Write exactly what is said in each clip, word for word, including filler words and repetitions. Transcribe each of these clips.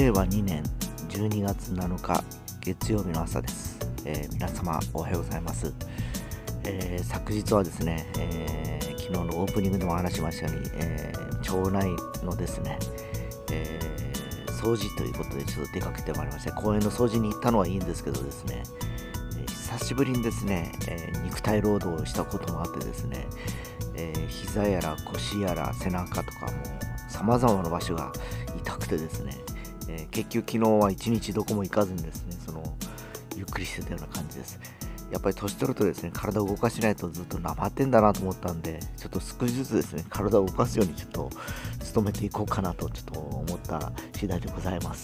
れいわにねんじゅうにがつなのか月曜日の朝です。えー皆様おはようございます。えー昨日はですね、えー昨日のオープニングでも話しましたように、えー町内のですね、えー掃除ということでちょっと出かけてまいりました。公園の掃除に行ったのはいいんですけどですね、えー久しぶりにですね、えー肉体労働をしたこともあってですね、えー膝やら腰やら背中とかもさまざまな場所が痛くてですね、えー結局昨日は一日どこも行かずにですね、そのゆっくりしてたような感じです。やっぱり年取るとですね、体を動かしないとずっとなまってんだなと思ったんで、ちょっと少しずつですね、体を動かすようにちょっと努めていこうかなとちょっと思った次第でございます。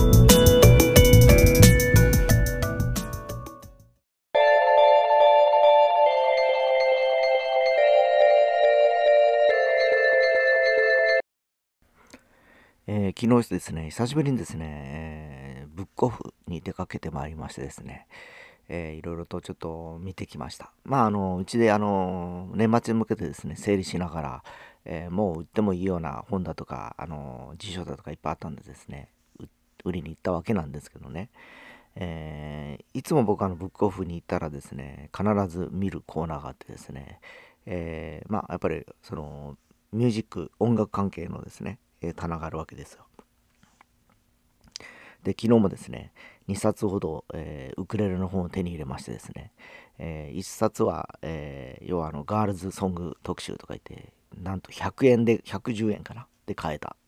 えー昨日ですね、久しぶりにですね、えーブックオフに出かけてまいりましてですね、えーいろいろとちょっと見てきました。まあ、あの、うちであの、年末に向けてですね、整理しながら、えーもう売ってもいいような本だとか、あの、辞書だとかいっぱいあったんでですね、う売りに行ったわけなんですけどね、えーいつも僕あのブックオフに行ったらですね、必ず見るコーナーがあってですね、えーまあやっぱりそのミュージック音楽関係のですね、えー棚があるわけですよ。で昨日もですねにさつほど、えーウクレレの本を手に入れましてですね、えいっさつは、えー要はあのガールズソング特集とか言ってなんとひゃくえんでひゃくじゅうえんかなで買えた。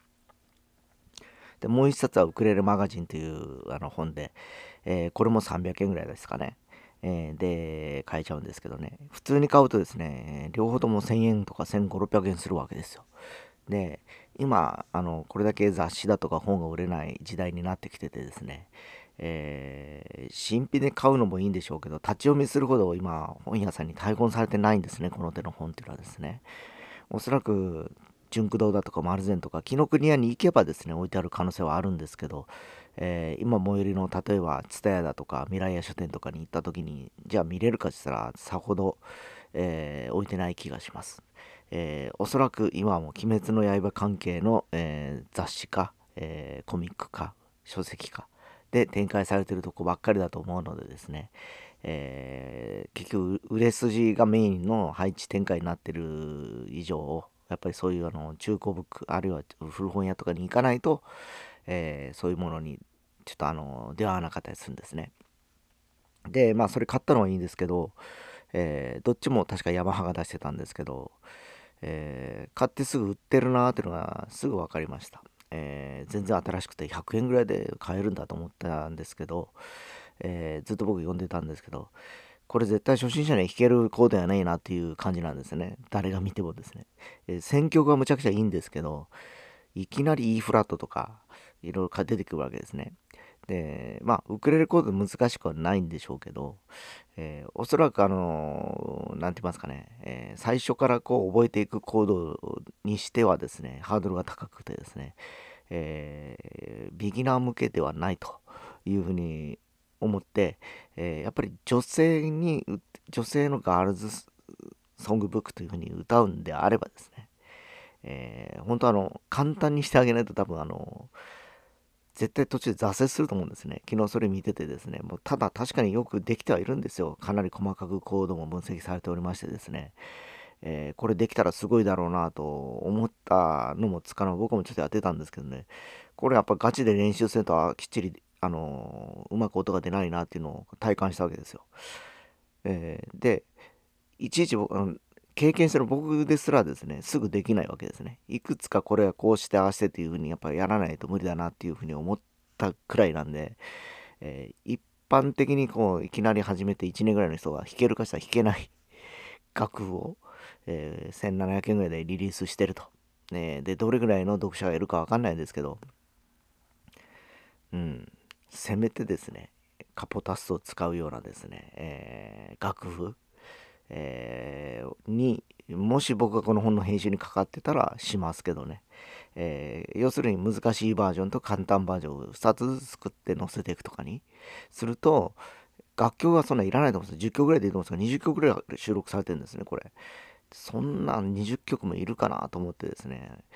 でもう一冊はウクレレマガジンというあの本で、えーこれもさんびゃくえんぐらいですかね、えーで買えちゃうんですけどね、普通に買うとですね両方ともせんえんとかせんごひゃくろっぴゃくえんするわけですよ。で今あのこれだけ雑誌だとか本が売れない時代になってきててですね、えー新品で買うのもいいんでしょうけど、立ち読みするほど今本屋さんに大根されてないんですね、この手の本っていうのはですね。おそらく純駆堂だとか丸善とか紀ノ国屋に行けばですね置いてある可能性はあるんですけど、えー今最寄りの例えば蔦屋だとか未来屋書店とかに行った時にじゃあ見れるかって言ったらさほど、えー置いてない気がします。えーおそらく今はもう鬼滅の刃関係の、えー雑誌か、えーコミックか書籍かで展開されてるとこばっかりだと思うのでですね、えー結局売れ筋がメインの配置展開になってる以上、やっぱりそういうあの中古ブックあるいは古本屋とかに行かないと、えーそういうものにちょっとあの出会わなかったりするんですね。でまあそれ買ったのはいいんですけど、えーどっちも確かヤマハが出してたんですけど、えー買ってすぐ売ってるなーっていうのがすぐ分かりました。えー全然新しくてひゃくえんぐらいで買えるんだと思ったんですけど、えーずっと僕読んでたんですけど、これ絶対初心者には弾けるコードやないなっていう感じなんですね。誰が見てもですね。えー選曲はむちゃくちゃいいんですけど、いきなり E フラットとかいろいろ出てくるわけですね。で、まあ、ウクレレコード難しくはないんでしょうけど、えーおそらくあのーなんて言いますかね、えー最初からこう覚えていくコードにしてはですね、ハードルが高くてですね、えービギナー向けではないというふうに思って、えーやっぱり女性に、女性のガールズソングブックというふうに歌うんであればですね、えー本当あの、簡単にしてあげないと多分あの、絶対途中で挫折すると思うんですね。昨日それ見ててですね、もうただ確かによくできてはいるんですよ。かなり細かくコードも分析されておりましてですね、えーこれできたらすごいだろうなと思ったのもつかの僕もちょっとやってたんですけどね、これやっぱガチで練習するときっちり、あのーうまく音が出ないなっていうのを体感したわけですよ。えーで、いちいち僕あの経験してる僕ですらですね、すぐできないわけですね。いくつかこれはこうしてああしてっていうふうにやっぱりやらないと無理だなっていうふうに思ったくらいなんで、えー一般的にこういきなり始めていちねんぐらいの人が弾けるかしたら弾けない楽譜を、えーせんななひゃくえんぐらいでリリースしてると。ね、で、どれぐらいの読者がいるかわかんないんですけど、うん、せめてですね、カポタスを使うようなですね、えー楽譜、えーにもし僕がこの本の編集にかかってたらしますけどね、えー要するに難しいバージョンと簡単バージョンをふたつずつ作って載せていくとかにすると、楽曲はそんないらないと思うんですよ。じゅっきょくぐらいでいいと思うんですが、にじゅっきょくぐらい収録されてるんですね、これ。そんなにじゅっきょくもいるかなと思ってですね、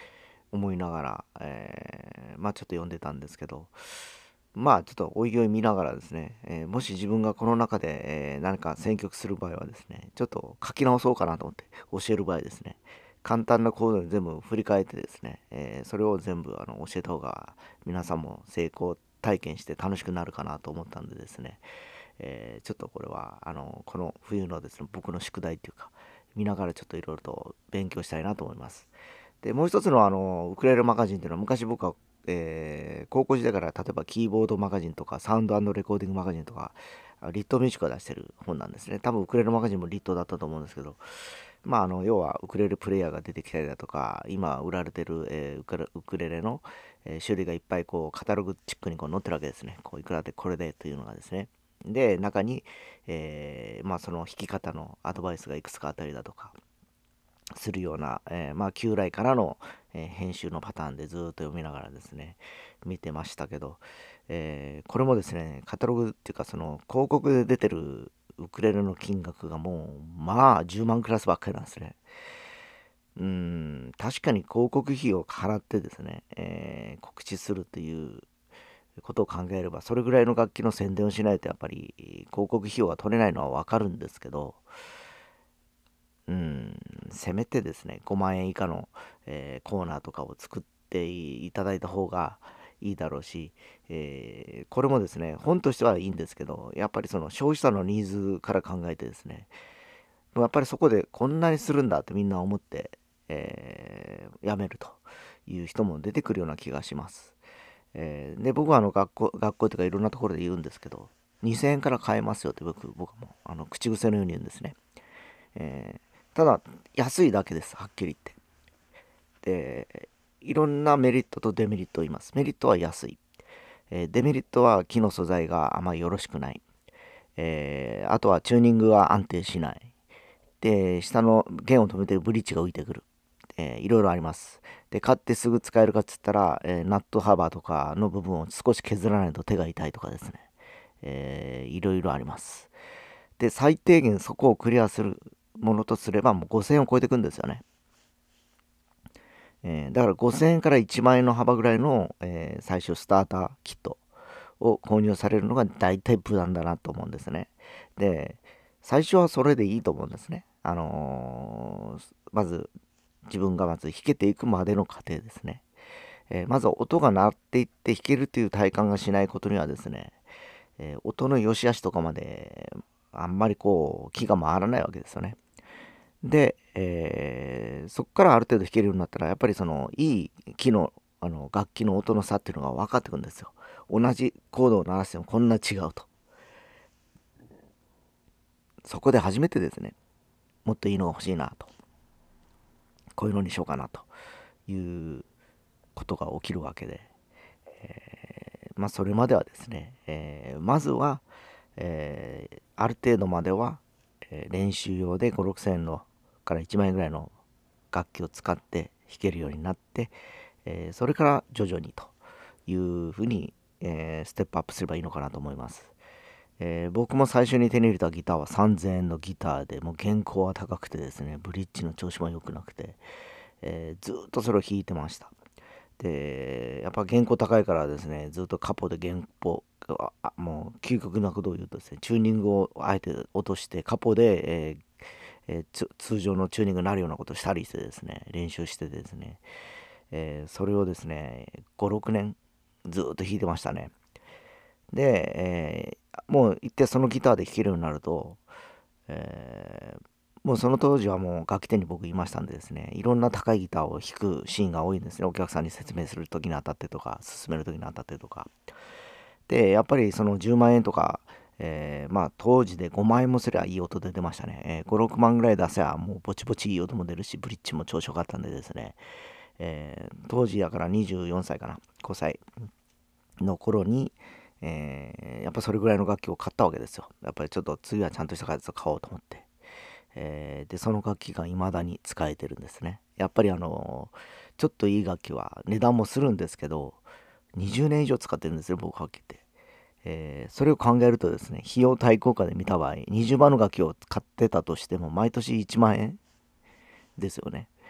思いながら、えーまあちょっと読んでたんですけど、まあちょっとおいおい見ながらですね、えーもし自分がこの中で、えー何か選曲する場合はですね、ちょっと書き直そうかなと思って教える場合ですね、簡単なコードに全部振り返ってですね、えーそれを全部あの教えた方が皆さんも成功体験して楽しくなるかなと思ったんでですね、えーちょっとこれはあのこの冬のですね僕の宿題っていうか見ながらちょっといろいろと勉強したいなと思います。でもう一つのあのウクレレマガジンっていうのは昔僕は、えー高校時代から例えばキーボードマガジンとかサウンドレコーディングマガジンとかリットミュージックが出してる本なんですね。多分ウクレレマガジンもリットだったと思うんですけど、まああの要はウクレレプレイヤーが出てきたりだとか今売られてる、えーウクレウクレレの、えー種類がいっぱいこうカタログチックにこう載ってるわけですね。こういくらでこれでというのがですね。で中に、えーまあその弾き方のアドバイスがいくつかあったりだとかするような、えーまあ旧来からの、えー編集のパターンでずっと読みながらですね見てましたけど、えーこれもですねカタログっていうかその広告で出てるウクレレの金額がもうまあじゅうまんクラスばっかりなんですね。うーん確かに広告費を払ってですね、えー告知するということを考えればそれぐらいの楽器の宣伝をしないとやっぱり広告費用が取れないのはわかるんですけど、うん、せめてですね、ごまん円以下の、えーコーナーとかを作っていただいた方がいいだろうし、えーこれもですね、本としてはいいんですけど、やっぱりその消費者のニーズから考えてですね、やっぱりそこでこんなにするんだってみんな思って、えーやめるという人も出てくるような気がします。えーで、僕はあの学校、学校というかいろんなところで言うんですけど、にせんえんから買えますよって僕、僕もあの口癖のように言うんですね。えーただ安いだけです、はっきり言って。でいろんなメリットとデメリットを言います。メリットは安い、えーデメリットは木の素材があまりよろしくない、えーあとはチューニングが安定しない、で下の弦を止めてるブリッジが浮いてくる、えーいろいろあります。で買ってすぐ使えるかっつったら、えーナット幅とかの部分を少し削らないと手が痛いとかですね、えーいろいろあります。で最低限そこをクリアするものとすればもうごせんえんを超えてくんですよね。えーだからごせんえんからいちまん円の幅ぐらいの、えー最初スターターキットを購入されるのが大体無難だなと思うんですね。で、最初はそれでいいと思うんですね。あのーまず自分がまず弾けていくまでの過程ですね。えーまず音が鳴っていって弾けるという体感がしないことにはですね、えー音の良し悪しとかまであんまりこう気が回らないわけですよね。で、えーそこからある程度弾けるようになったらやっぱりそのいい木のあの楽器の音の差っていうのが分かってくるんですよ。同じコードを鳴らしてもこんな違うと。そこで初めてですね、もっといいのが欲しいなと、こういうのにしようかなということが起きるわけで、えーまあそれまではですね、えーまずは、えーある程度までは、えー練習用でご、ろくせんえんのからいちまん円ぐらいの楽器を使って弾けるようになって、えーそれから徐々にというふうに、えーステップアップすればいいのかなと思います。えー僕も最初に手に入れたギターはさんぜんえんのギターでもう原稿は高くてですねブリッジの調子も良くなくて、えーずーっとそれを弾いてました。でやっぱ原稿高いからですねずっとカポで原稿ああもう究極なことを言うとですねチューニングをあえて落としてカポで、えーえーつ通常のチューニングになるようなことをしたりしてですね練習してですね、えーそれをですねご、ろくねんずーっと弾いてましたね。で、えーもう一定そのギターで弾けるようになると、えーもうその当時はもう楽器店に僕いましたんでですねいろんな高いギターを弾くシーンが多いんですね。お客さんに説明する時にあたってとか勧める時にあたってとかでやっぱりそのじゅうまん円とか、えーまあ当時でごまん円もすればいい音で出ましたね、えー、ご、ろくまんぐらい出せばもうぼちぼちいい音も出るしブリッジも調子よかったんでですね、えー当時だからにじゅうよんさいかなごさいの頃に、えーやっぱそれぐらいの楽器を買ったわけですよ。やっぱりちょっと次はちゃんとしたやつを買おうと思って、えーでその楽器が未だに使えてるんですね。やっぱりあのちょっといい楽器は値段もするんですけどにじゅうねん以上使ってるんですよ僕楽器って。えーそれを考えるとですね費用対効果で見た場合にじゅうまんの楽器を買ってたとしても毎年いちまん円ですよね。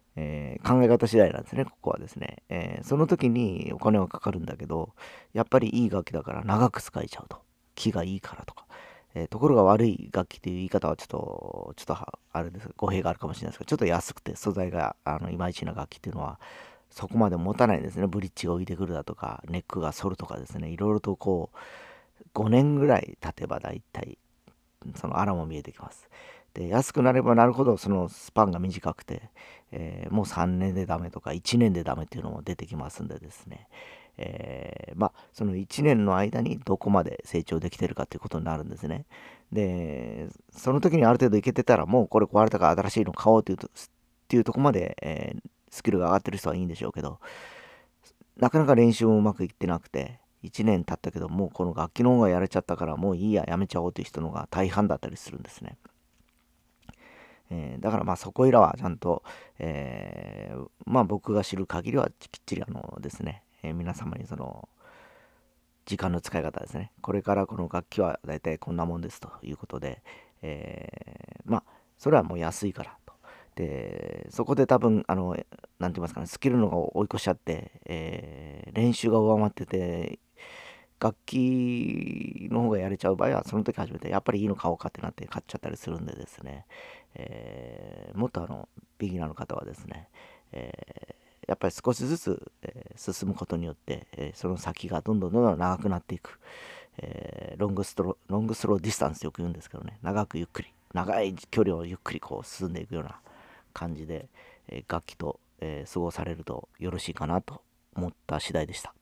えー考え方次第なんですね、ここはですね。えーその時にお金はかかるんだけど、やっぱりいい楽器だから長く使えちゃうと。木がいいからとか。えーところが悪い楽器という言い方はちょっと、ちょっとはあれです、語弊があるかもしれないですけど、ちょっと安くて素材があのいまいちな楽器っていうのは、そこまで持たないんですね。ブリッジが浮いてくるだとか、ネックが反るとかですね、いろいろとこう、ごねんぐらい経てば大体、その穴も見えてきます。で、安くなればなるほど、そのスパンが短くて、えーもうさんねんでダメとかいちねんでダメっていうのも出てきますんでですね、えーまあ、そのいちねんの間にどこまで成長できてるかということになるんですね。で、その時にある程度いけてたら、もうこれ壊れたから新しいの買おうというと、っていうとこまで、えースキルが上がってる人はいいんでしょうけど、なかなか練習もうまくいってなくて、いちねん経ったけど、もうこの楽器の方がやれちゃったから、もういいや、やめちゃおうという人の方が大半だったりするんですね。えーだからまあそこいらはちゃんと、えーまあ僕が知る限りはきっちりあのですね、えー皆様にその時間の使い方ですね。これからこの楽器はだいたいこんなもんですということで、えーまあそれはもう安いからと。で、そこで多分、あの、なんて言いますかね、スキルの方が追い越しちゃって、えー練習が上回ってて、楽器の方がやれちゃう場合は、その時初めて、やっぱりいいの買おうかってなって買っちゃったりするんでですね、えーもっとあの、ビギナーの方はですね、えーやっぱり少しずつ、えー進むことによって、えーその先がどんどんどんどん長くなっていく、えーロングストロロングスローディスタンスってよく言うんですけどね、長くゆっくり、長い距離をゆっくりこう進んでいくような感じで、えー楽器と、えー過ごされるとよろしいかなと思った次第でした。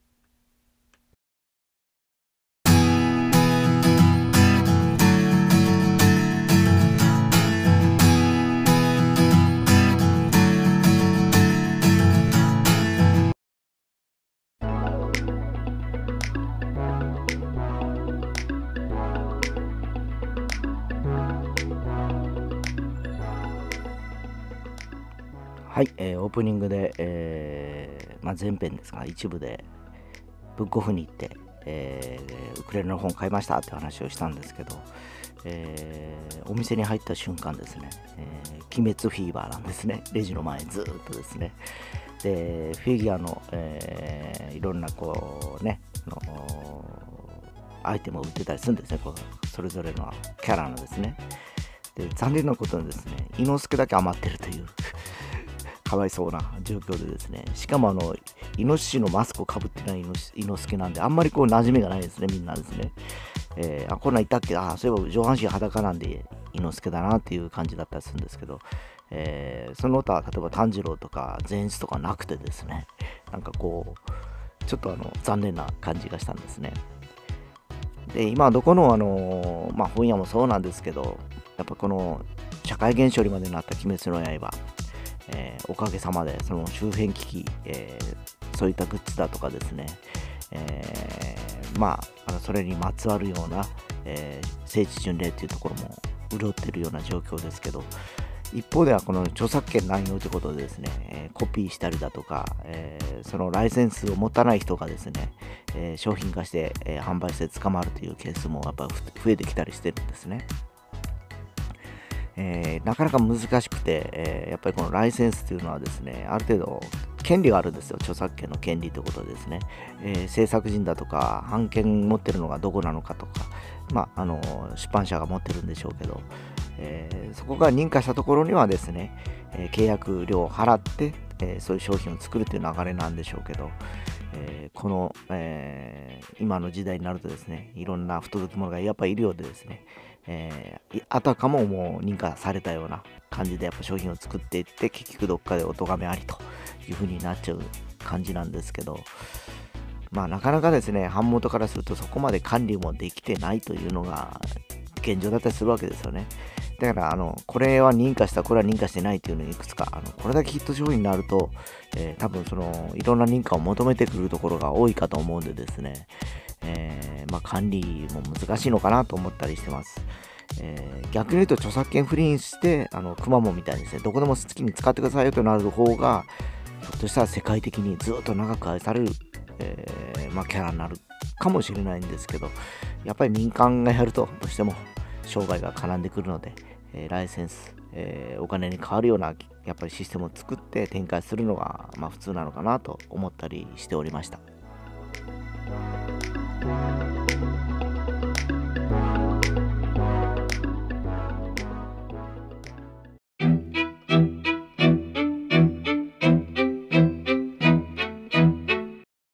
はい、えーオープニングで、えーまあ、前編ですが、一部でブックオフに行って、えーウクレレの本買いましたって話をしたんですけど、えーお店に入った瞬間ですね、えー鬼滅フィーバーなんですね。レジの前ずーっとですね。で、フィギュアの、えーいろんなこうね、あのーアイテムを売ってたりするんですね。こうそれぞれのキャラのですね。で、残念なことにですね、伊之助だけ余ってるというかわいそうな状況でですね、しかもあの、イノシシのマスクをかぶってない伊之助なんで、あんまりこう馴染みがないですね、みんなですね。えーあ、こんなんいたっけ、あ、そういえば上半身裸なんで、伊之助だなっていう感じだったりするんですけど、えーその他、例えば炭治郎とか善逸とかなくてですね、なんかこう、ちょっとあの残念な感じがしたんですね。で、今、どこの、あのーまあ、本屋もそうなんですけど、やっぱこの社会現象にまでなった鬼滅の刃、えーおかげさまでその周辺機器、えーそういったグッズだとかですね、えーまあ、あのそれにまつわるような、えー聖地巡礼っていうところも潤っているような状況ですけど、一方ではこの著作権乱用ということでですね、えーコピーしたりだとか、えーそのライセンスを持たない人がですね、えー商品化して、えー販売して捕まるというケースもやっぱ増えてきたりしてるんですね。えーなかなか難しくて、えーやっぱりこのライセンスというのはですね、ある程度権利があるんですよ。著作権の権利ということでですね、えー制作人だとか、版権持ってるのがどこなのかとか、まあ、あの出版社が持ってるんでしょうけど、えーそこが認可したところにはですね、えー契約料を払って、えーそういう商品を作るという流れなんでしょうけど、えーこの、えー今の時代になるとですね、いろんな不届き者がやっぱりいるようでですね、えーあたかももう認可されたような感じでやっぱ商品を作っていって、結局どっかでお咎めありという風になっちゃう感じなんですけど、まあなかなかですね、版元からするとそこまで管理もできてないというのが現状だったりするわけですよね。だから、あの、これは認可した、これは認可してないっていうのにいくつか、あの、これだけヒット商品になると、えー多分その、いろんな認可を求めてくるところが多いかと思うんでですね、えーまあ管理も難しいのかなと思ったりしてます。えー逆に言うと著作権フリーにして、あの、くまモンみたいにですね、どこでも好きに使ってくださいよとなる方が、ひょっとしたら世界的にずっと長く愛される、えーまあ、キャラになるかもしれないんですけど、やっぱり民間がやると、どうしても商売が絡んでくるので、えーライセンス、えーお金に変わるようなやっぱりシステムを作って展開するのが、まあ、普通なのかなと思ったりしておりました。